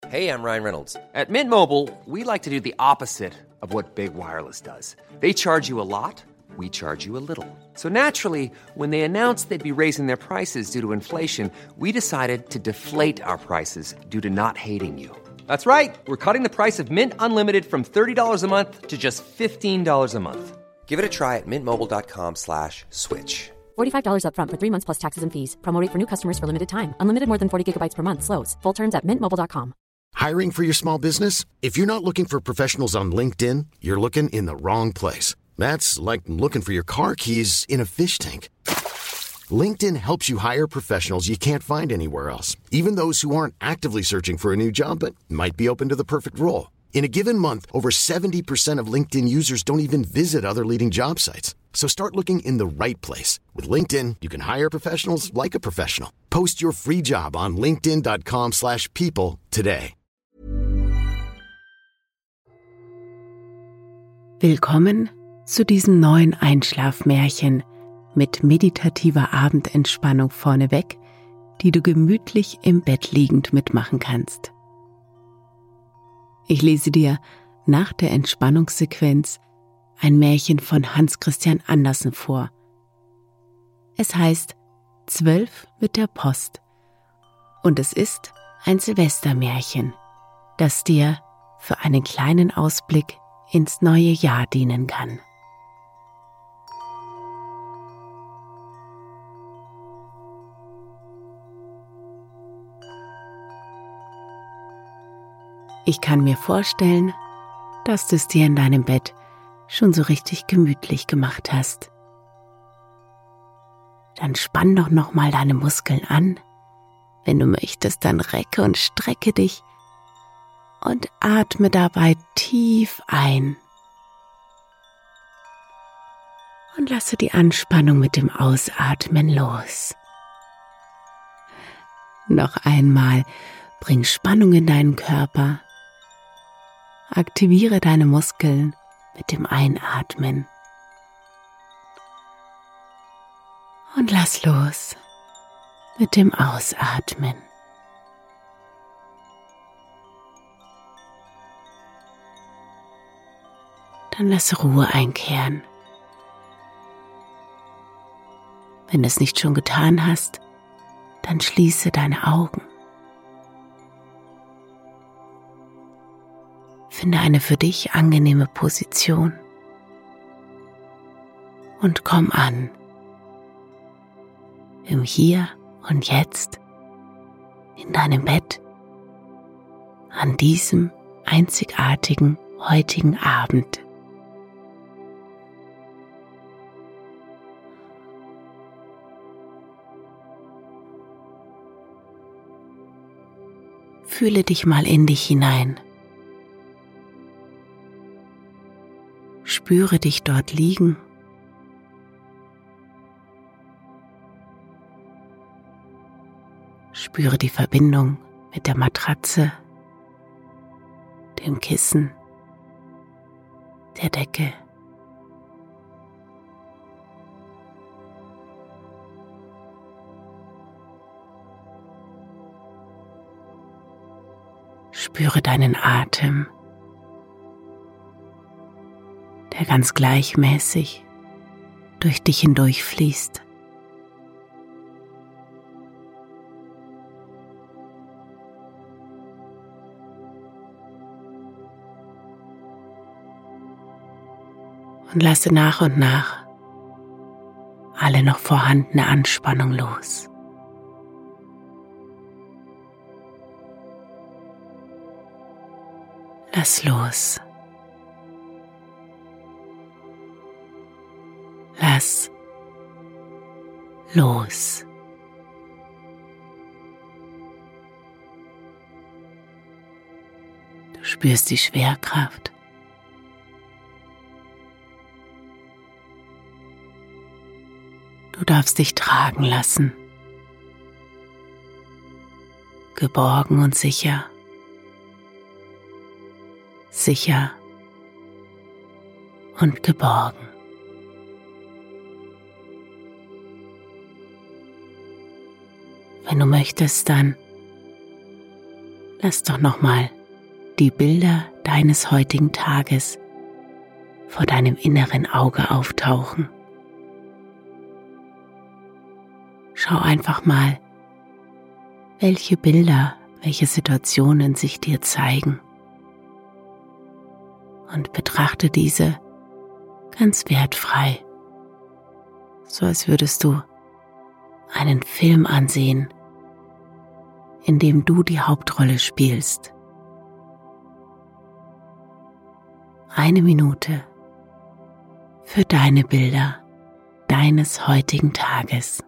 Hey, I'm Ryan Reynolds. At Mint Mobile, we like to do the opposite of what Big Wireless does. They charge you a lot, we charge you a little. So naturally, when they announced they'd be raising their prices due to inflation, we decided to deflate our prices due to not hating you. That's right. We're cutting the price of Mint Unlimited from $30 a month to just $15 a month. Give it a try at mintmobile.com/switch. $45 up front for 3 months plus taxes and fees. Promo rate for new customers for limited time. Unlimited more than 40 gigabytes per month. Slows full terms at mintmobile.com. Hiring for your small business? If you're not looking for professionals on LinkedIn, you're looking in the wrong place. That's like looking for your car keys in a fish tank. LinkedIn helps you hire professionals you can't find anywhere else, even those who aren't actively searching for a new job but might be open to the perfect role. In a given month, over 70% of LinkedIn users don't even visit other leading job sites. So start looking in the right place. With LinkedIn, you can hire professionals like a professional. Post your free job on linkedin.com/people today. Willkommen zu diesem neuen Einschlafmärchen mit meditativer Abendentspannung vorneweg, die du gemütlich im Bett liegend mitmachen kannst. Ich lese dir nach der Entspannungssequenz ein Märchen von Hans Christian Andersen vor. Es heißt 12 mit der Post und es ist ein Silvestermärchen, das dir für einen kleinen Ausblick ins neue Jahr dienen kann. Ich kann mir vorstellen, dass du es dir in deinem Bett schon so richtig gemütlich gemacht hast. Dann spann doch noch mal deine Muskeln an. Wenn du möchtest, dann recke und strecke dich und atme dabei tief ein. Und lasse die Anspannung mit dem Ausatmen los. Noch einmal, bring Spannung in deinen Körper. Aktiviere deine Muskeln mit dem Einatmen. Und lass los mit dem Ausatmen. Dann lass Ruhe einkehren. Wenn du es nicht schon getan hast, dann schließe deine Augen. Finde eine für dich angenehme Position und komm an. Im Hier und Jetzt, in deinem Bett, an diesem einzigartigen heutigen Abend. Fühle dich mal in dich hinein. Spüre dich dort liegen. Spüre die Verbindung mit der Matratze, dem Kissen, der Decke. Spüre deinen Atem, der ganz gleichmäßig durch dich hindurchfließt. Und lasse nach und nach alle noch vorhandene Anspannung los. Lass los. Lass los. Du spürst die Schwerkraft. Du darfst dich tragen lassen. Geborgen und sicher. Sicher und geborgen. Wenn du möchtest, dann Lass doch nochmal die Bilder deines heutigen Tages vor deinem inneren Auge auftauchen. Schau einfach mal, welche Bilder, welche Situationen sich dir zeigen und betrachte diese ganz wertfrei, so als würdest du einen Film ansehen, in dem du die Hauptrolle spielst. 1 Minute für deine Bilder deines heutigen Tages.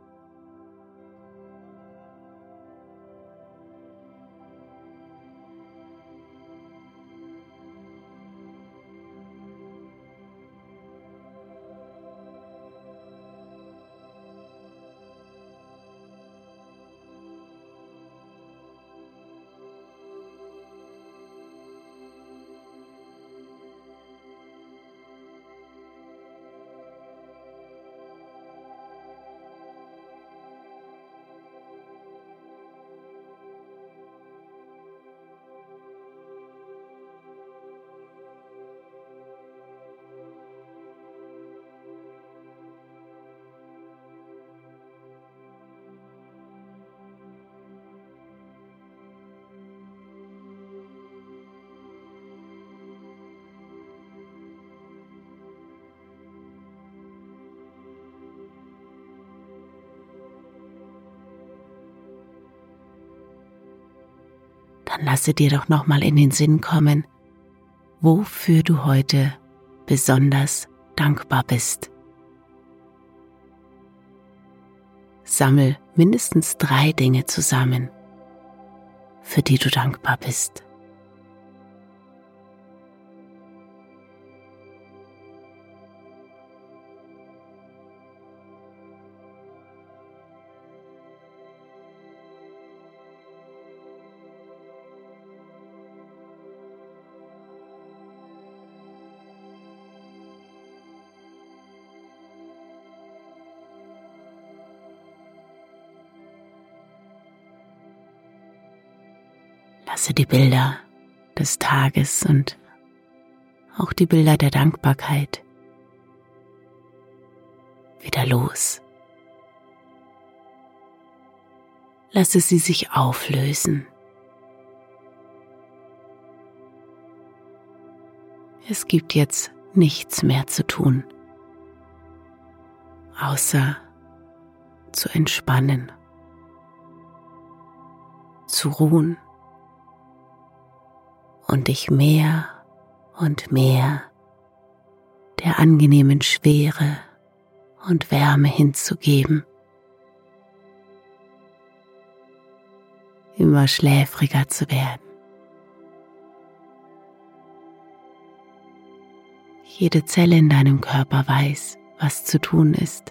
Dann lasse dir doch nochmal in den Sinn kommen, wofür du heute besonders dankbar bist. Sammel mindestens 3 Dinge zusammen, für die du dankbar bist. Lasse die Bilder des Tages und auch die Bilder der Dankbarkeit wieder los. Lasse sie sich auflösen. Es gibt jetzt nichts mehr zu tun, außer zu entspannen, zu ruhen und dich mehr und mehr der angenehmen Schwere und Wärme hinzugeben. Immer schläfriger zu werden. Jede Zelle in deinem Körper weiß, was zu tun ist.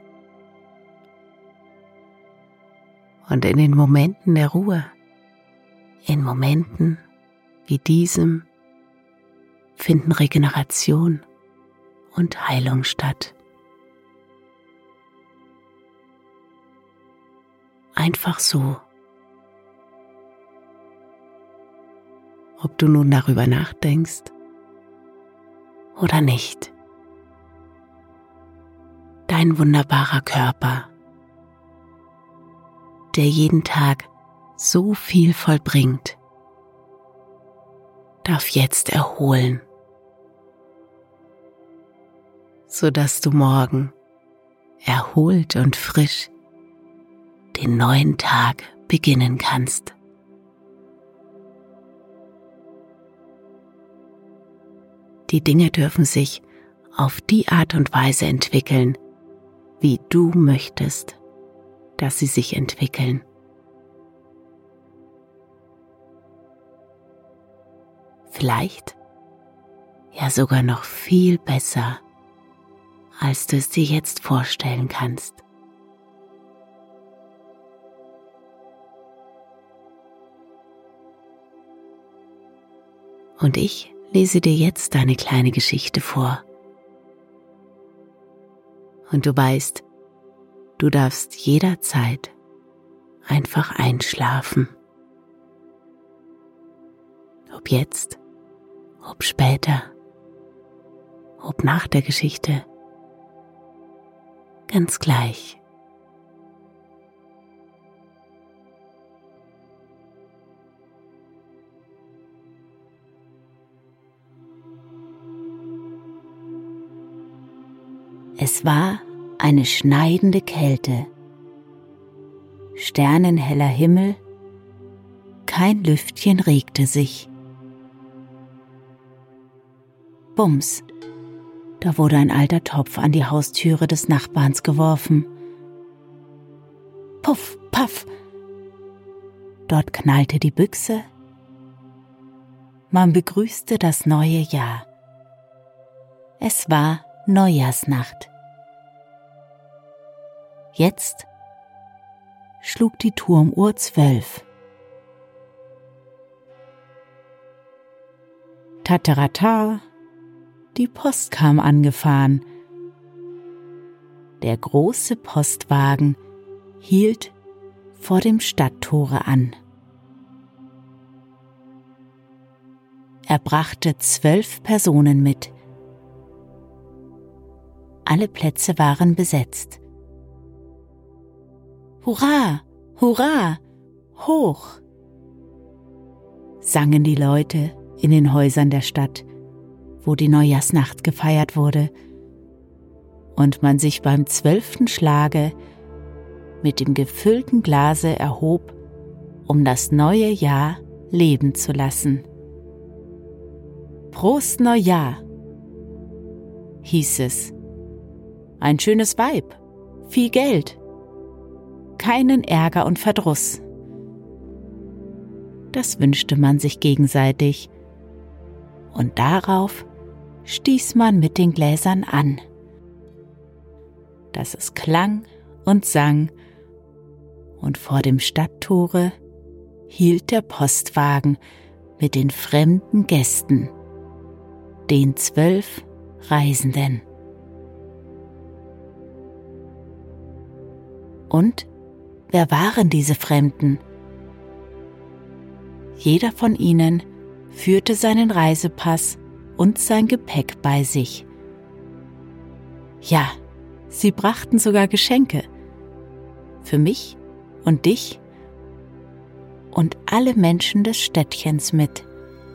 Und in den Momenten der Ruhe, in Momenten wie diesem, finden Regeneration und Heilung statt. Einfach so. Ob du nun darüber nachdenkst oder nicht. Dein wunderbarer Körper, der jeden Tag so viel vollbringt, darf jetzt erholen, sodass du morgen erholt und frisch den neuen Tag beginnen kannst. Die Dinge dürfen sich auf die Art und Weise entwickeln, wie du möchtest, dass sie sich entwickeln. Vielleicht ja sogar noch viel besser, als du es dir jetzt vorstellen kannst. Und ich lese dir jetzt eine kleine Geschichte vor. Und du weißt, du darfst jederzeit einfach einschlafen. Ob jetzt, ob später, ob nach der Geschichte, ganz gleich. Es war eine schneidende Kälte, sternenheller Himmel, kein Lüftchen regte sich. Bums, da wurde ein alter Topf an die Haustüre des Nachbarns geworfen. Puff, paff, dort knallte die Büchse. Man begrüßte das neue Jahr. Es war Neujahrsnacht. Jetzt schlug die Turmuhr 12. Tatarata, die Post kam angefahren. Der große Postwagen hielt vor dem Stadttore an. Er brachte 12 Personen mit. Alle Plätze waren besetzt. Hurra, hurra, hoch! Sangen die Leute in den Häusern der Stadt, wo die Neujahrsnacht gefeiert wurde und man sich beim 12. Schlage mit dem gefüllten Glase erhob, um das neue Jahr leben zu lassen. Prost Neujahr, hieß es. Ein schönes Weib, viel Geld, keinen Ärger und Verdruss. Das wünschte man sich gegenseitig und darauf stieß man mit den Gläsern an, dass es klang und sang, und vor dem Stadttore hielt der Postwagen mit den fremden Gästen, den 12 Reisenden. Und wer waren diese Fremden? Jeder von ihnen führte seinen Reisepass und sein Gepäck bei sich. Ja, sie brachten sogar Geschenke. Für mich und dich und alle Menschen des Städtchens mit.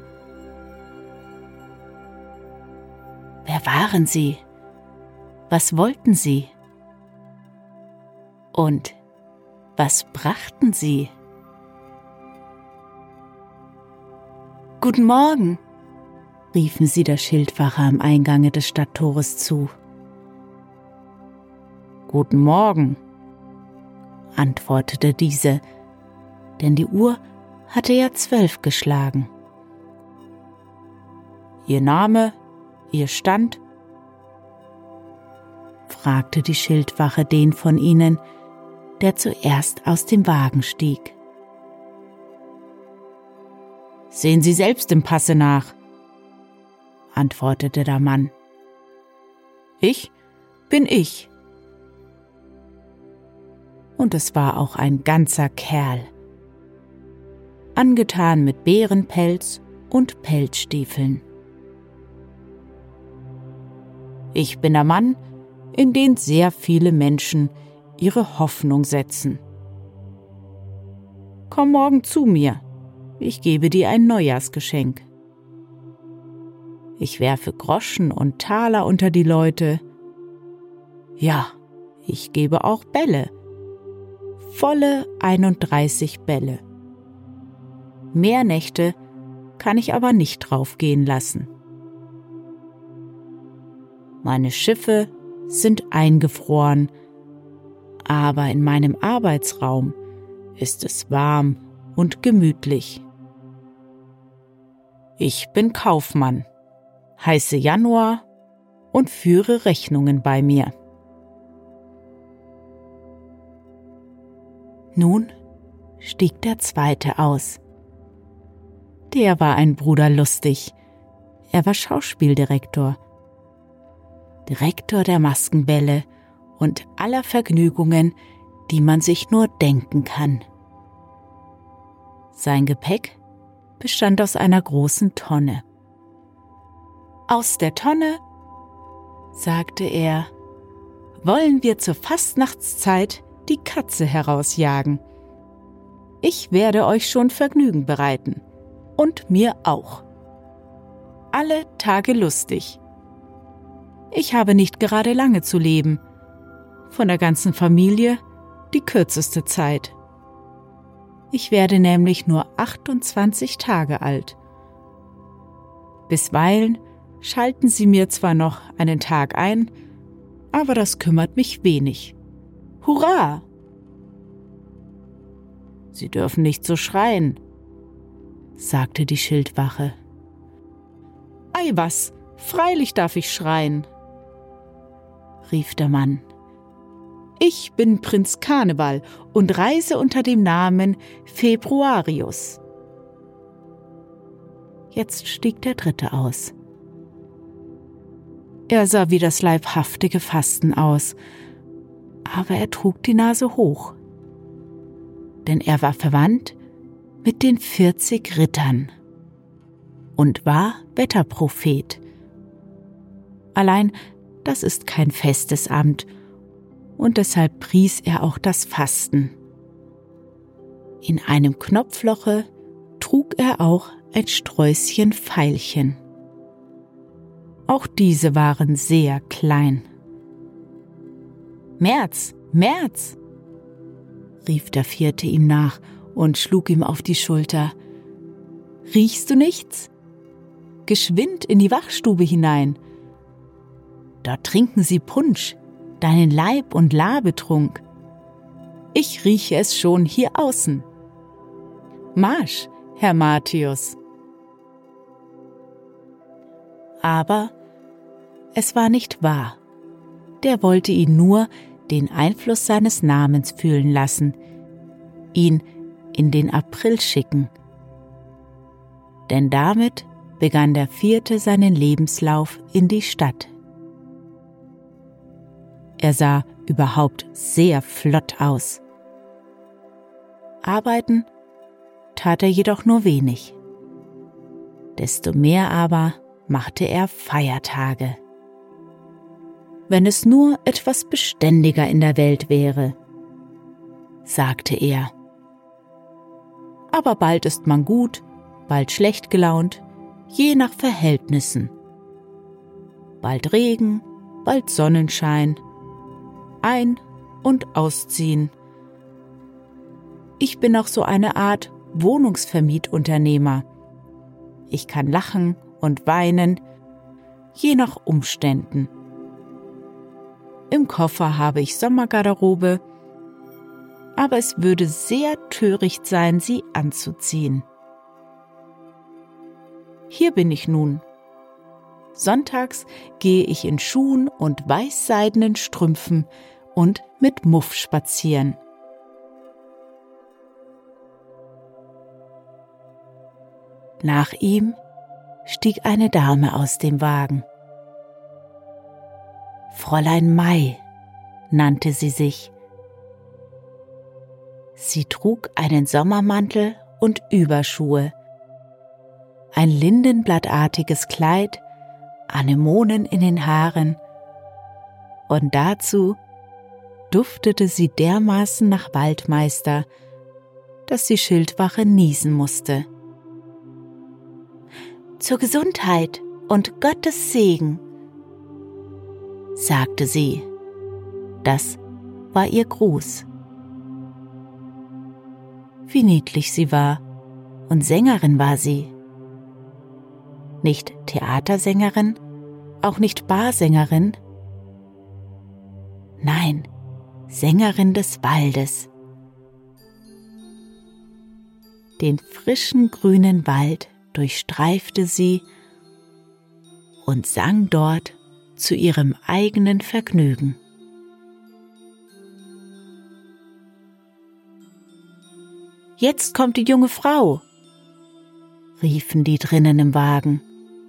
Wer waren sie? Was wollten sie? Und was brachten sie? »Guten Morgen«, riefen sie der Schildwache am Eingange des Stadttores zu. »Guten Morgen«, antwortete diese, denn die Uhr hatte ja 12 geschlagen. »Ihr Name, Ihr Stand?« fragte die Schildwache den von ihnen, der zuerst aus dem Wagen stieg. »Sehen Sie selbst im Passe nach«, antwortete der Mann. »Ich bin ich.« Und es war auch ein ganzer Kerl, angetan mit Bärenpelz und Pelzstiefeln. »Ich bin der Mann, in den sehr viele Menschen ihre Hoffnung setzen. Komm morgen zu mir, ich gebe dir ein Neujahrsgeschenk. Ich werfe Groschen und Taler unter die Leute. Ja, ich gebe auch Bälle, volle 31 Bälle. Mehr Nächte kann ich aber nicht draufgehen lassen. Meine Schiffe sind eingefroren, aber in meinem Arbeitsraum ist es warm und gemütlich. Ich bin Kaufmann, heiße Januar und führe Rechnungen bei mir. Nun stieg der Zweite aus. Der war ein Bruder lustig. Er war Schauspieldirektor, Direktor der Maskenbälle und aller Vergnügungen, die man sich nur denken kann. Sein Gepäck bestand aus einer großen Tonne. »Aus der Tonne«, sagte er, »wollen wir zur Fastnachtszeit die Katze herausjagen. Ich werde euch schon Vergnügen bereiten. Und mir auch. Alle Tage lustig. Ich habe nicht gerade lange zu leben. Von der ganzen Familie die kürzeste Zeit. Ich werde nämlich nur 28 Tage alt. Bisweilen schalten sie mir zwar noch einen Tag ein, aber das kümmert mich wenig. Hurra! Sie dürfen nicht so schreien«, sagte die Schildwache. »Ei was, freilich darf ich schreien«, rief der Mann. »Ich bin Prinz Karneval und reise unter dem Namen Februarius.« Jetzt stieg der Dritte aus. Er sah wie das leibhaftige Fasten aus, aber er trug die Nase hoch, denn er war verwandt mit den 40 Rittern und war Wetterprophet. Allein, das ist kein festes Amt, und deshalb pries er auch das Fasten. In einem Knopfloche trug er auch ein Sträußchen Veilchen. Auch diese waren sehr klein. »März, März«, rief der Vierte ihm nach und schlug ihm auf die Schulter. »Riechst du nichts? Geschwind in die Wachstube hinein. Dort trinken sie Punsch, deinen Leib- und Labetrunk. Ich rieche es schon hier außen. Marsch, Herr Martius.« Aber es war nicht wahr. Der wollte ihn nur den Einfluss seines Namens fühlen lassen, ihn in den April schicken. Denn damit begann der Vierte seinen Lebenslauf in die Stadt. Er sah überhaupt sehr flott aus. Arbeiten tat er jedoch nur wenig. Desto mehr aber machte er Feiertage. »Wenn es nur etwas beständiger in der Welt wäre«, sagte er. »Aber bald ist man gut, bald schlecht gelaunt, je nach Verhältnissen. Bald Regen, bald Sonnenschein, ein- und ausziehen. Ich bin auch so eine Art Wohnungsvermietunternehmer. Ich kann lachen und weinen, je nach Umständen. Im Koffer habe ich Sommergarderobe, aber es würde sehr töricht sein, sie anzuziehen. Hier bin ich nun. Sonntags gehe ich in Schuhen und weißseidenen Strümpfen und mit Muff spazieren. Nach ihm stieg eine Dame aus dem Wagen. Fräulein Mai nannte sie sich. Sie trug einen Sommermantel und Überschuhe, ein lindenblattartiges Kleid, Anemonen in den Haaren, und dazu duftete sie dermaßen nach Waldmeister, dass die Schildwache niesen musste. »Zur Gesundheit und Gottes Segen«, sagte sie. Das war ihr Gruß. Wie niedlich sie war, und Sängerin war sie. Nicht Theatersängerin, auch nicht Barsängerin. Nein, Sängerin des Waldes. Den frischen grünen Wald durchstreifte sie und sang dort zu ihrem eigenen Vergnügen. »Jetzt kommt die junge Frau«, riefen die drinnen im Wagen.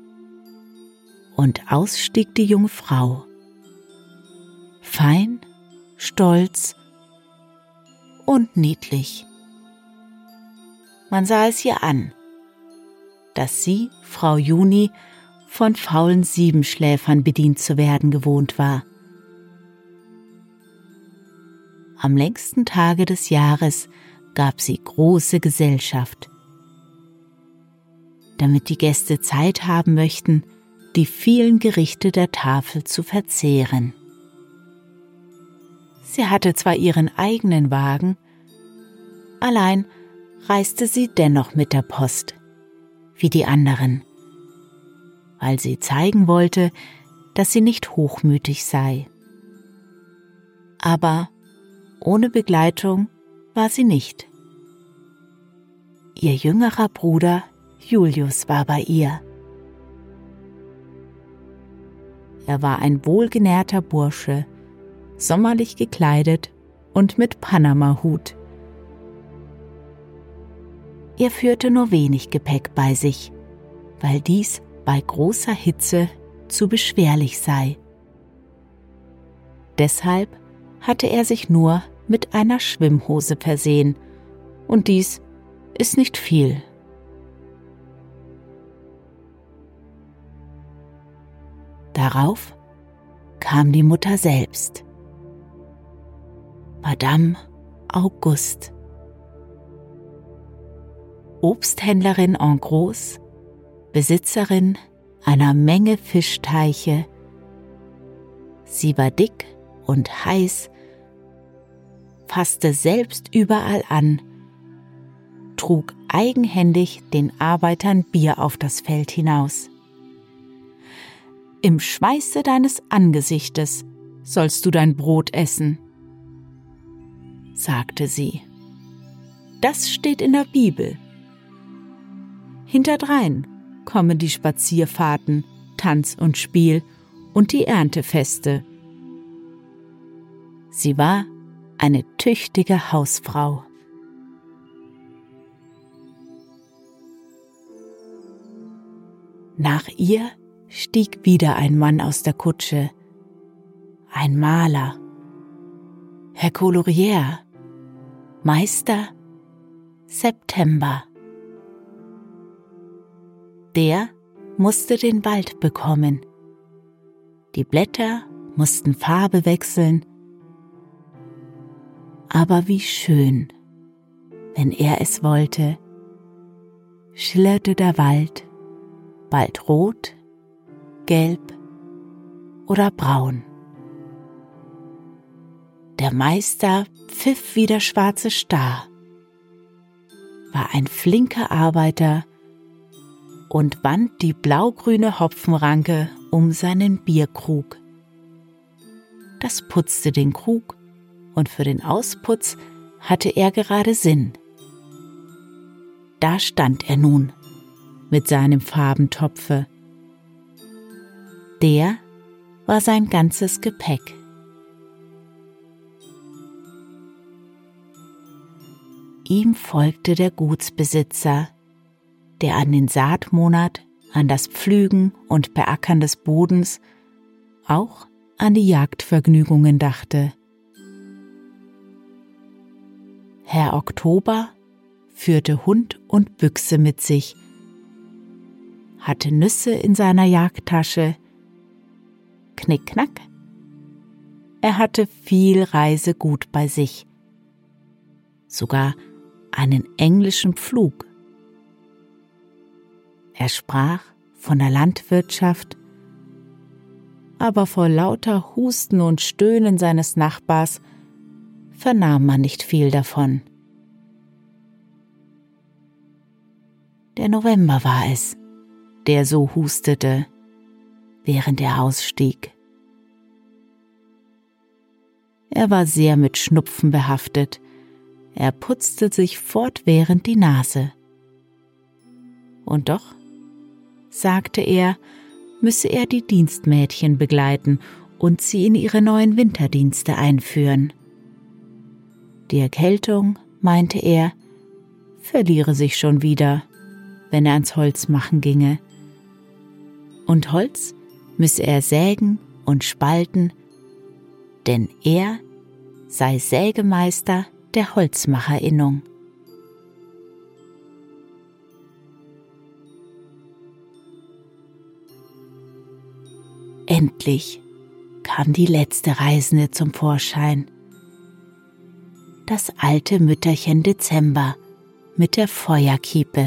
Und aus stieg die junge Frau. Fein, stolz und niedlich. Man sah es ihr an. dass sie, Frau Juni, von faulen Siebenschläfern bedient zu werden gewohnt war. Am längsten Tage des Jahres gab sie große Gesellschaft, damit die Gäste Zeit haben möchten, die vielen Gerichte der Tafel zu verzehren. Sie hatte zwar ihren eigenen Wagen, allein reiste sie dennoch mit der Post, wie die anderen, weil sie zeigen wollte, dass sie nicht hochmütig sei. Aber ohne Begleitung war sie nicht. Ihr jüngerer Bruder Julius war bei ihr. Er war ein wohlgenährter Bursche, sommerlich gekleidet und mit Panama-Hut. Er führte nur wenig Gepäck bei sich, weil dies bei großer Hitze zu beschwerlich sei. Deshalb hatte er sich nur mit einer Schwimmhose versehen, und dies ist nicht viel. Darauf kam die Mutter selbst, Madame Auguste, Obsthändlerin en gros, Besitzerin einer Menge Fischteiche. Sie war dick und heiß, fasste selbst überall an, trug eigenhändig den Arbeitern Bier auf das Feld hinaus. Im Schweiße deines Angesichtes sollst du dein Brot essen, sagte sie. Das steht in der Bibel. Hinterdrein kommen die Spazierfahrten, Tanz und Spiel und die Erntefeste. Sie war eine tüchtige Hausfrau. Nach ihr stieg wieder ein Mann aus der Kutsche, ein Maler, Herr Colorier, Meister September. Der musste den Wald bekommen. Die Blätter mussten Farbe wechseln. Aber wie schön, wenn er es wollte, schillerte der Wald bald rot, gelb oder braun. Der Meister pfiff wie der schwarze Star, war ein flinker Arbeiter und wand die blaugrüne Hopfenranke um seinen Bierkrug. Das putzte den Krug, und für den Ausputz hatte er gerade Sinn. Da stand er nun mit seinem Farbentopfe. Der war sein ganzes Gepäck. Ihm folgte der Gutsbesitzer, der an den Saatmonat, an das Pflügen und Beackern des Bodens, auch an die Jagdvergnügungen dachte. Herr Oktober führte Hund und Büchse mit sich, hatte Nüsse in seiner Jagdtasche. Knick-knack. Er hatte viel Reisegut bei sich, sogar einen englischen Pflug. Er sprach von der Landwirtschaft, aber vor lauter Husten und Stöhnen seines Nachbars vernahm man nicht viel davon. Der November war es, der so hustete, während er ausstieg. Er war sehr mit Schnupfen behaftet. Er putzte sich fortwährend die Nase. Und doch, sagte er, müsse er die Dienstmädchen begleiten und sie in ihre neuen Winterdienste einführen. Die Erkältung, meinte er, verliere sich schon wieder, wenn er ans Holzmachen ginge. Und Holz müsse er sägen und spalten, denn er sei Sägemeister der Holzmacherinnung. endlich kam die letzte Reisende zum Vorschein. Das alte Mütterchen Dezember mit der Feuerkiepe.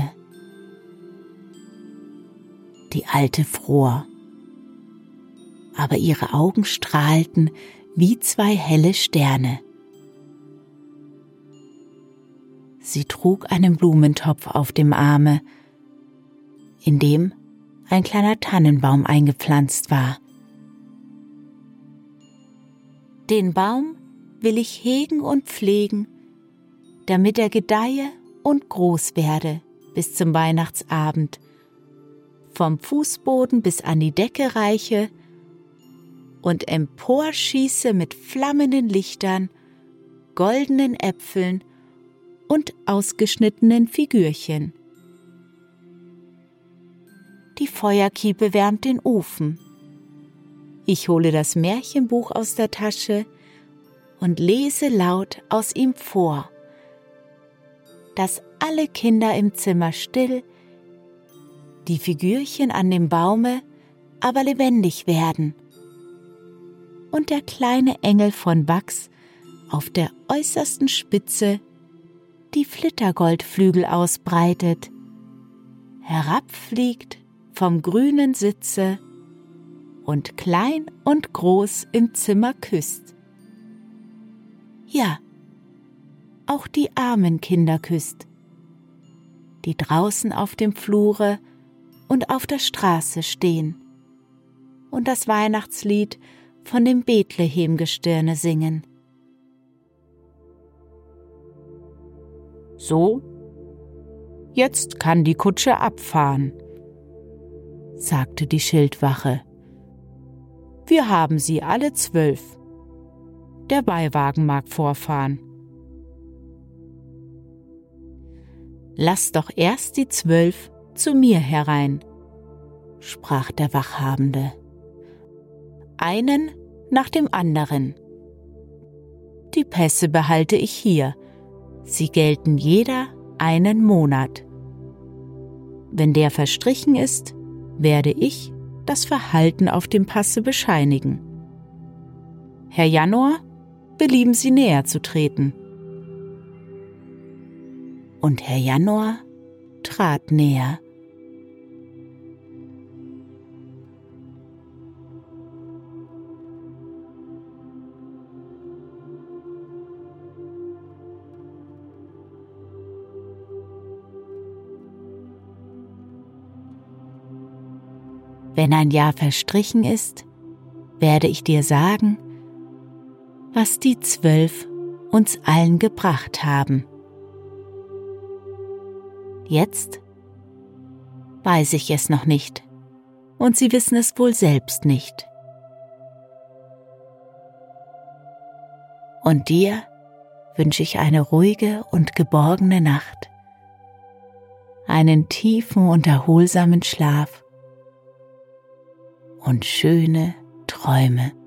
Die Alte fror, aber ihre Augen strahlten wie zwei helle Sterne. Sie trug einen Blumentopf auf dem Arme, in dem ein kleiner Tannenbaum eingepflanzt war. Den Baum will ich hegen und pflegen, damit er gedeihe und groß werde bis zum Weihnachtsabend, vom Fußboden bis an die Decke reiche und emporschieße mit flammenden Lichtern, goldenen Äpfeln und ausgeschnittenen Figürchen. Die Feuerkiepe wärmt den Ofen. Ich hole das Märchenbuch aus der Tasche und lese laut aus ihm vor, dass alle Kinder im Zimmer still, die Figürchen an dem Baume aber lebendig werden und der kleine Engel von Wachs auf der äußersten Spitze die Flittergoldflügel ausbreitet, herabfliegt vom grünen Sitze und klein und groß im Zimmer küsst. Ja, auch die armen Kinder küsst, die draußen auf dem Flure und auf der Straße stehen und das Weihnachtslied von dem Bethlehemgestirne singen. So, jetzt kann die Kutsche abfahren, sagte die Schildwache. Wir haben sie alle 12. Der Beiwagen mag vorfahren. Lass doch erst die 12 zu mir herein, sprach der Wachhabende. Einen nach dem anderen. Die Pässe behalte ich hier. Sie gelten jeder einen Monat. Wenn der verstrichen ist, werde ich das Verhalten auf dem Passe bescheinigen. Herr Januar, belieben Sie näher zu treten. Und Herr Januar trat näher. Wenn ein Jahr verstrichen ist, werde ich dir sagen, was die 12 uns allen gebracht haben. Jetzt weiß ich es noch nicht und sie wissen es wohl selbst nicht. Und dir wünsche ich eine ruhige und geborgene Nacht, einen tiefen und erholsamen Schlaf und schöne Träume.